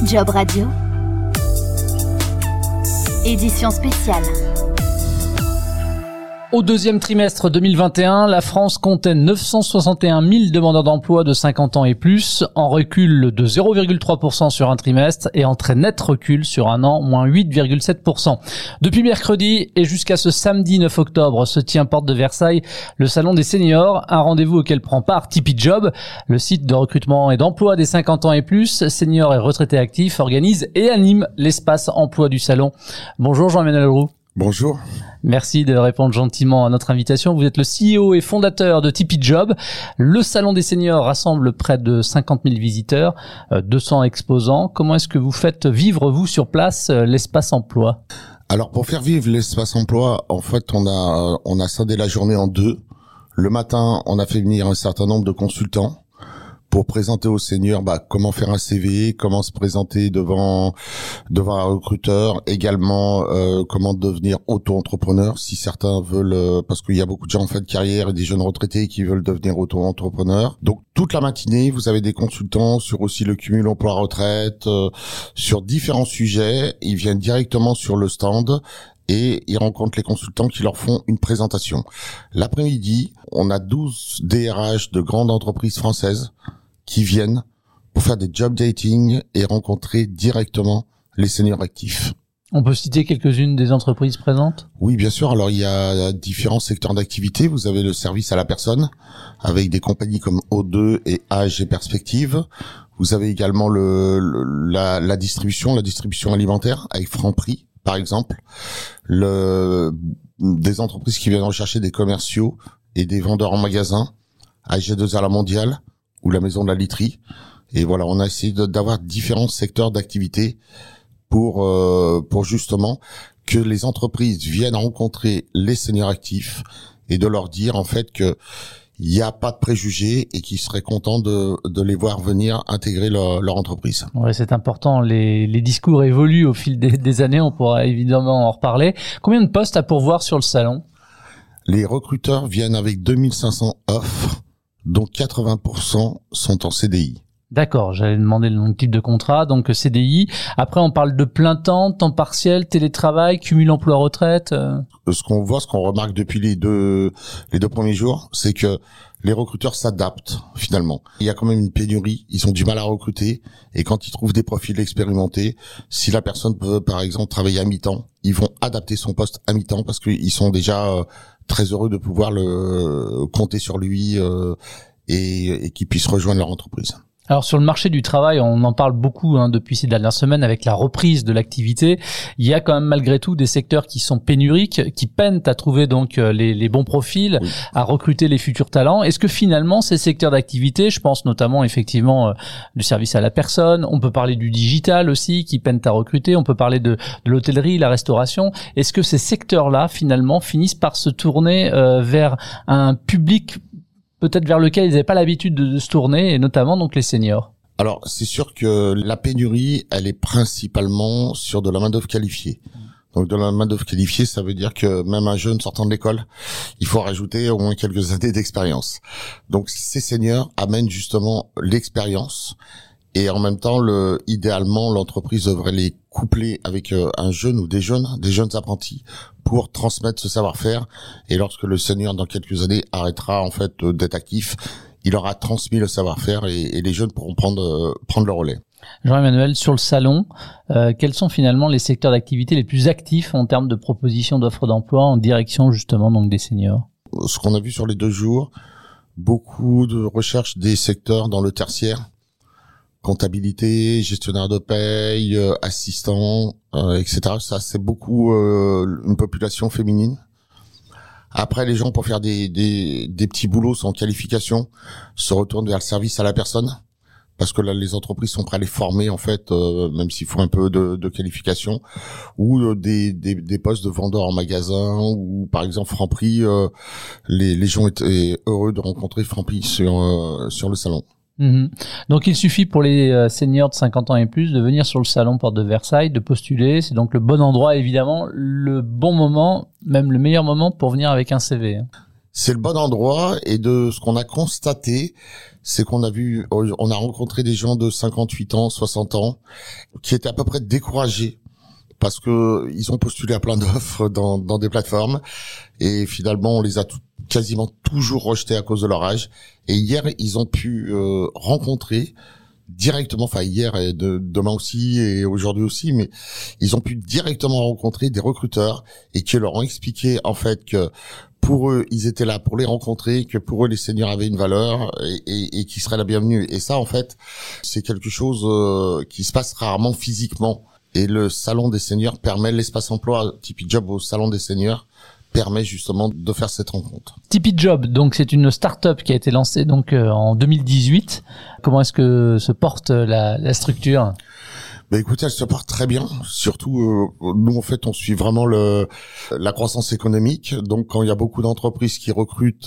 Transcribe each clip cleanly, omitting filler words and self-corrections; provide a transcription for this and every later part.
Job Radio, édition spéciale. Au deuxième trimestre 2021, la France comptait 961 000 demandeurs d'emploi de 50 ans et plus, en recul de 0,3% sur un trimestre et en très net recul sur un an, moins 8,7%. Depuis mercredi et jusqu'à ce samedi 9 octobre se tient porte de Versailles le Salon des seniors, un rendez-vous auquel prend part Tipeee Job, le site de recrutement et d'emploi des 50 ans et plus, seniors et retraités actifs, organise et anime l'espace emploi du salon. Bonjour Jean-Emmanuel Roux. Bonjour. Merci de répondre gentiment à notre invitation. Vous êtes le CEO et fondateur de Tipeee Job. Le Salon des seniors rassemble près de 50 000 visiteurs, 200 exposants. Comment est-ce que vous faites vivre, vous, sur place, l'espace emploi ? Alors, pour faire vivre l'espace emploi, en fait, on a scindé la journée en deux. Le matin, on a fait venir un certain nombre de consultants pour présenter aux seniors comment faire un CV, comment se présenter devant un recruteur, également comment devenir auto-entrepreneur si certains veulent, parce qu'il y a beaucoup de gens en fin de carrière et des jeunes retraités qui veulent devenir auto-entrepreneurs. Donc toute la matinée, vous avez des consultants sur aussi le cumul emploi-retraite, sur différents sujets. Ils viennent directement sur le stand et ils rencontrent les consultants qui leur font une présentation. L'après-midi, on a 12 DRH de grandes entreprises françaises qui viennent pour faire des job dating et rencontrer directement les seniors actifs. On peut citer quelques-unes des entreprises présentes ? Oui, bien sûr. Alors, il y a différents secteurs d'activité. Vous avez le service à la personne, avec des compagnies comme O2 et AG Perspective. Vous avez également la distribution alimentaire, avec Franprix, par exemple. Des entreprises qui viennent rechercher des commerciaux et des vendeurs en magasin, AG2A La Mondiale, ou la maison de la literie. Et voilà, on a essayé d'avoir différents secteurs d'activité pour justement que les entreprises viennent rencontrer les seniors actifs et de leur dire en fait que il n'y a pas de préjugés et qu'ils seraient contents de les voir venir intégrer leur entreprise. Ouais, c'est important. Les discours évoluent au fil des années. On pourra évidemment en reparler. Combien de postes à pourvoir sur le salon ? Les recruteurs viennent avec 2500 offres, dont 80% sont en CDI. D'accord, j'allais demander le type de contrat, donc CDI. Après, on parle de plein temps partiel, cumul emploi-retraite. Ce qu'on remarque depuis les deux premiers jours, c'est que les recruteurs s'adaptent finalement. Il y a quand même une pénurie, ils ont du mal à recruter, et quand ils trouvent des profils expérimentés, si la personne peut par exemple travailler à mi-temps, ils vont adapter son poste à mi-temps parce qu'ils sont déjà très heureux de pouvoir compter sur lui et qu'il puisse rejoindre leur entreprise. Alors sur le marché du travail, on en parle beaucoup depuis ces dernières semaines avec la reprise de l'activité. Il y a quand même malgré tout des secteurs qui sont pénuriques, qui peinent à trouver donc les bons profils, oui, à recruter les futurs talents. Est-ce que finalement ces secteurs d'activité, je pense notamment effectivement du service à la personne, on peut parler du digital aussi qui peinent à recruter, on peut parler de l'hôtellerie, la restauration. Est-ce que ces secteurs-là finalement finissent par se tourner vers un public peut-être vers lequel ils n'avaient pas l'habitude de se tourner, et notamment donc les seniors? Alors, c'est sûr que la pénurie, elle est principalement sur de la main-d'œuvre qualifiée. Donc, de la main-d'œuvre qualifiée, ça veut dire que même un jeune sortant de l'école, il faut rajouter au moins quelques années d'expérience. Donc, ces seniors amènent justement l'expérience. Et en même temps, idéalement, l'entreprise devrait les coupler avec un jeune ou des jeunes apprentis pour transmettre ce savoir-faire. Et lorsque le senior, dans quelques années, arrêtera en fait d'être actif, il aura transmis le savoir-faire et les jeunes pourront prendre le relais. Jean-Emmanuel, sur le salon, quels sont finalement les secteurs d'activité les plus actifs en termes de propositions d'offres d'emploi en direction justement donc des seniors? Ce qu'on a vu sur les 2 jours, beaucoup de recherches des secteurs dans le tertiaire. Comptabilité, gestionnaire de paye, assistant, etc. Ça, c'est beaucoup une population féminine. Après, les gens, pour faire des petits boulots sans qualification, se retournent vers le service à la personne. Parce que là, les entreprises sont prêtes à les former, en fait, même s'il faut un peu de qualification. Ou des postes de vendeurs en magasin, ou par exemple Franprix, les gens étaient heureux de rencontrer Franprix sur le salon. Mmh. Donc il suffit pour les seniors de 50 ans et plus de venir sur le salon porte de Versailles, de postuler. C'est donc le bon endroit, évidemment, le bon moment, même le meilleur moment pour venir avec un CV. C'est le bon endroit, et de ce qu'on a constaté, c'est qu'on a rencontré des gens de 58 ans, 60 ans, qui étaient à peu près découragés parce que ils ont postulé à plein d'offres dans des plateformes et finalement on les a quasiment toujours rejetés à cause de leur âge. Et hier, ils ont pu rencontrer directement, enfin hier et demain aussi et aujourd'hui aussi, mais ils ont pu directement rencontrer des recruteurs et qui leur ont expliqué en fait que pour eux, ils étaient là pour les rencontrer, que pour eux, les seniors avaient une valeur et qui seraient la bienvenue. Et ça, en fait, c'est quelque chose qui se passe rarement physiquement. Et le salon des seniors permet, l'espace emploi Tipeee Job au salon des seniors permet justement de faire cette rencontre. Tipeee Job, donc c'est une start-up qui a été lancée donc en 2018. Comment est-ce que se porte la structure ? Ben écoutez, elle se porte très bien. Surtout, nous en fait, on suit vraiment la croissance économique. Donc, quand il y a beaucoup d'entreprises qui recrutent,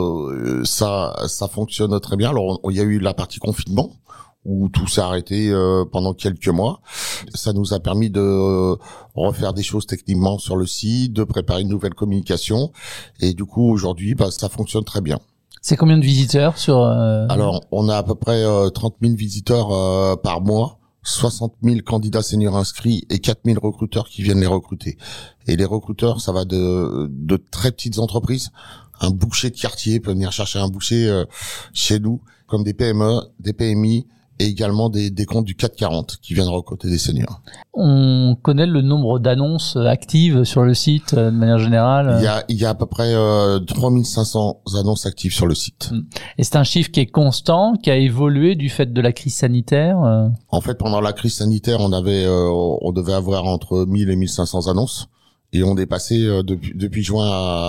ça fonctionne très bien. Alors, il y a eu la partie confinement où tout s'est arrêté pendant quelques mois. Ça nous a permis de refaire des choses techniquement sur le site, de préparer une nouvelle communication. Et du coup, aujourd'hui, ça fonctionne très bien. C'est combien de visiteurs sur Alors, on a à peu près 30 000 visiteurs par mois. 60 000 candidats seniors inscrits et 4 000 recruteurs qui viennent les recruter. Et les recruteurs, ça va de très petites entreprises. Un boucher de quartier peut venir chercher un boucher chez nous, comme des PME, des PMI et également des comptes du 440 qui viennent recruter des seniors. On connaît le nombre d'annonces actives sur le site de manière générale. Il y a à peu près 3500 annonces actives sur le site. Et c'est un chiffre qui est constant, qui a évolué du fait de la crise sanitaire. En fait, pendant la crise sanitaire, on devait avoir entre 1000 et 1500 annonces et on est passé depuis juin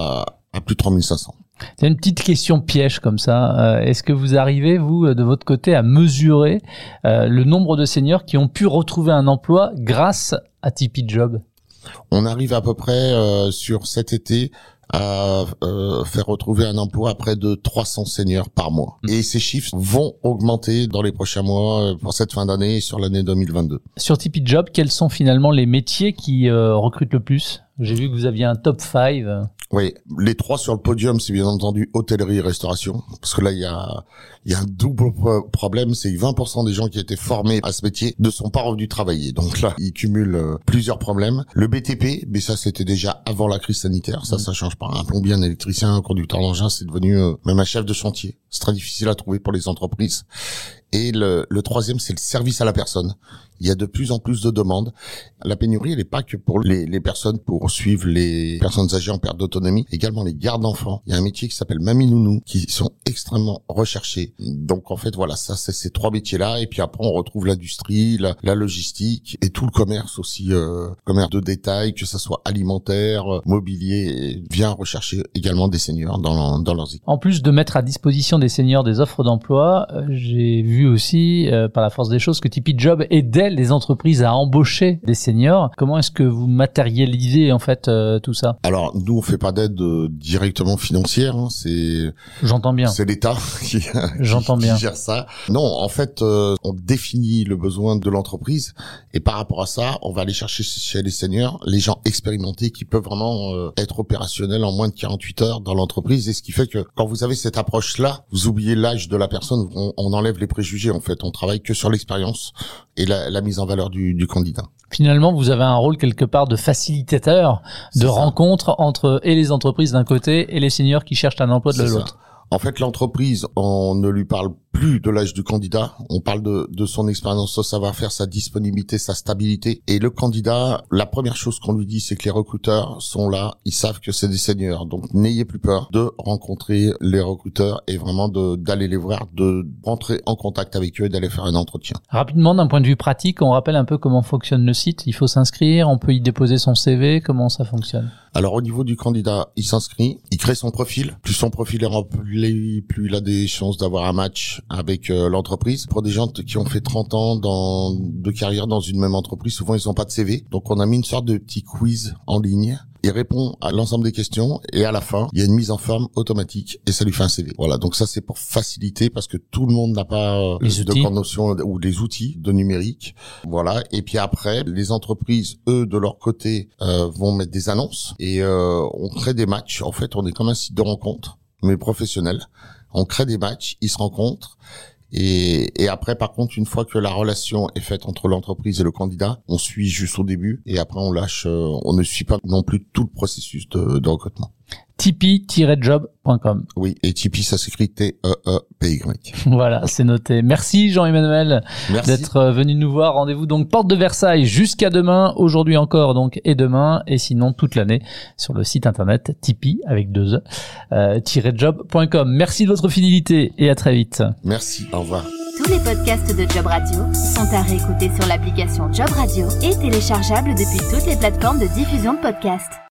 à plus de 3500. C'est une petite question piège comme ça. Est-ce que vous arrivez, vous, de votre côté, à mesurer le nombre de seniors qui ont pu retrouver un emploi grâce à Tipeee Job ? On arrive à peu près sur cet été à faire retrouver un emploi à près de 300 seniors par mois. Et ces chiffres vont augmenter dans les prochains mois pour cette fin d'année et sur l'année 2022. Sur Tipeee Job, quels sont finalement les métiers qui recrutent le plus ? J'ai vu que vous aviez un top 5. Oui, les 3 sur le podium, c'est bien entendu hôtellerie et restauration. Parce que là, il y a un double problème, c'est que 20% des gens qui étaient formés à ce métier ne sont pas revenus travailler. Donc là, ils cumulent plusieurs problèmes. Le BTP, mais ça, c'était déjà avant la crise sanitaire. Ça change pas. Un plombier, un électricien, un conducteur d'engin, c'est devenu même un chef de chantier. C'est très difficile à trouver pour les entreprises. Et le troisième, c'est le service à la personne. Il y a de plus en plus de demandes. La pénurie, elle n'est pas que pour les personnes pour suivre les personnes âgées en perte d'autonomie, également les gardes d'enfants. Il y a un métier qui s'appelle Mamie Nounou, qui sont extrêmement recherchés. Donc en fait, voilà, ça c'est ces 3 métiers-là. Et puis après, on retrouve l'industrie, la logistique et tout le commerce aussi, commerce de détail, que ça soit alimentaire, mobilier, vient rechercher également des seniors dans leurs équipes. En plus de mettre à disposition des seniors des offres d'emploi, j'ai vu aussi, par la force des choses, que Tipeee Job aidait les entreprises à embaucher des seniors. Comment est-ce que vous matérialisez en fait tout ça ? Alors nous, on fait pas d'aide directement financière. J'entends bien. C'est l'État qui gère ça. Non, en fait, on définit le besoin de l'entreprise et par rapport à ça, on va aller chercher chez les seniors les gens expérimentés qui peuvent vraiment être opérationnels en moins de 48 heures dans l'entreprise. Et ce qui fait que quand vous avez cette approche-là, vous oubliez l'âge de la personne. On enlève les préjugés en fait. On travaille que sur l'expérience et la mise en valeur du candidat. Finalement, vous avez un rôle quelque part de facilitateur de rencontre entre et les entreprises d'un côté et les seniors qui cherchent un emploi de l'autre. En fait, l'entreprise, on ne lui parle plus de l'âge du candidat. On parle de son expérience, son savoir-faire, sa disponibilité, sa stabilité. Et le candidat, la première chose qu'on lui dit, c'est que les recruteurs sont là. Ils savent que c'est des seniors. Donc, n'ayez plus peur de rencontrer les recruteurs et vraiment d'aller les voir, de rentrer en contact avec eux et d'aller faire un entretien. Rapidement, d'un point de vue pratique, on rappelle un peu comment fonctionne le site. Il faut s'inscrire, on peut y déposer son CV. Comment ça fonctionne ? Alors, au niveau du candidat, il s'inscrit, il crée son profil. Plus son profil est rempli, plus il a des chances d'avoir un match avec l'entreprise. Pour des gens qui ont fait 30 ans de carrière dans une même entreprise, souvent ils n'ont pas de CV. Donc on a mis une sorte de petit quiz en ligne. Il répond à l'ensemble des questions et à la fin, il y a une mise en forme automatique et ça lui fait un CV. Voilà, donc ça c'est pour faciliter parce que tout le monde n'a pas de notion ou les outils de numérique. Voilà, et puis après, les entreprises, eux, de leur côté, vont mettre des annonces et on crée des matchs. En fait, on est comme un site de rencontre, mais professionnel. On crée des matchs, ils se rencontrent. Et après, par contre, une fois que la relation est faite entre l'entreprise et le candidat, on suit juste au début et après on lâche, on ne suit pas non plus tout le processus de recrutement. Tipeee-job.com. Oui, et Tipeee, ça s'écrit T-E-E-P-Y. Voilà, c'est noté. Merci Jean-Emmanuel d'être venu nous voir. Rendez-vous donc Porte de Versailles jusqu'à demain, aujourd'hui encore donc et demain, et sinon toute l'année sur le site internet Tipeee avec 2 E, -job.com. Merci de votre fidélité et à très vite. Merci, au revoir. Tous les podcasts de Job Radio sont à réécouter sur l'application Job Radio et téléchargeables depuis toutes les plateformes de diffusion de podcasts.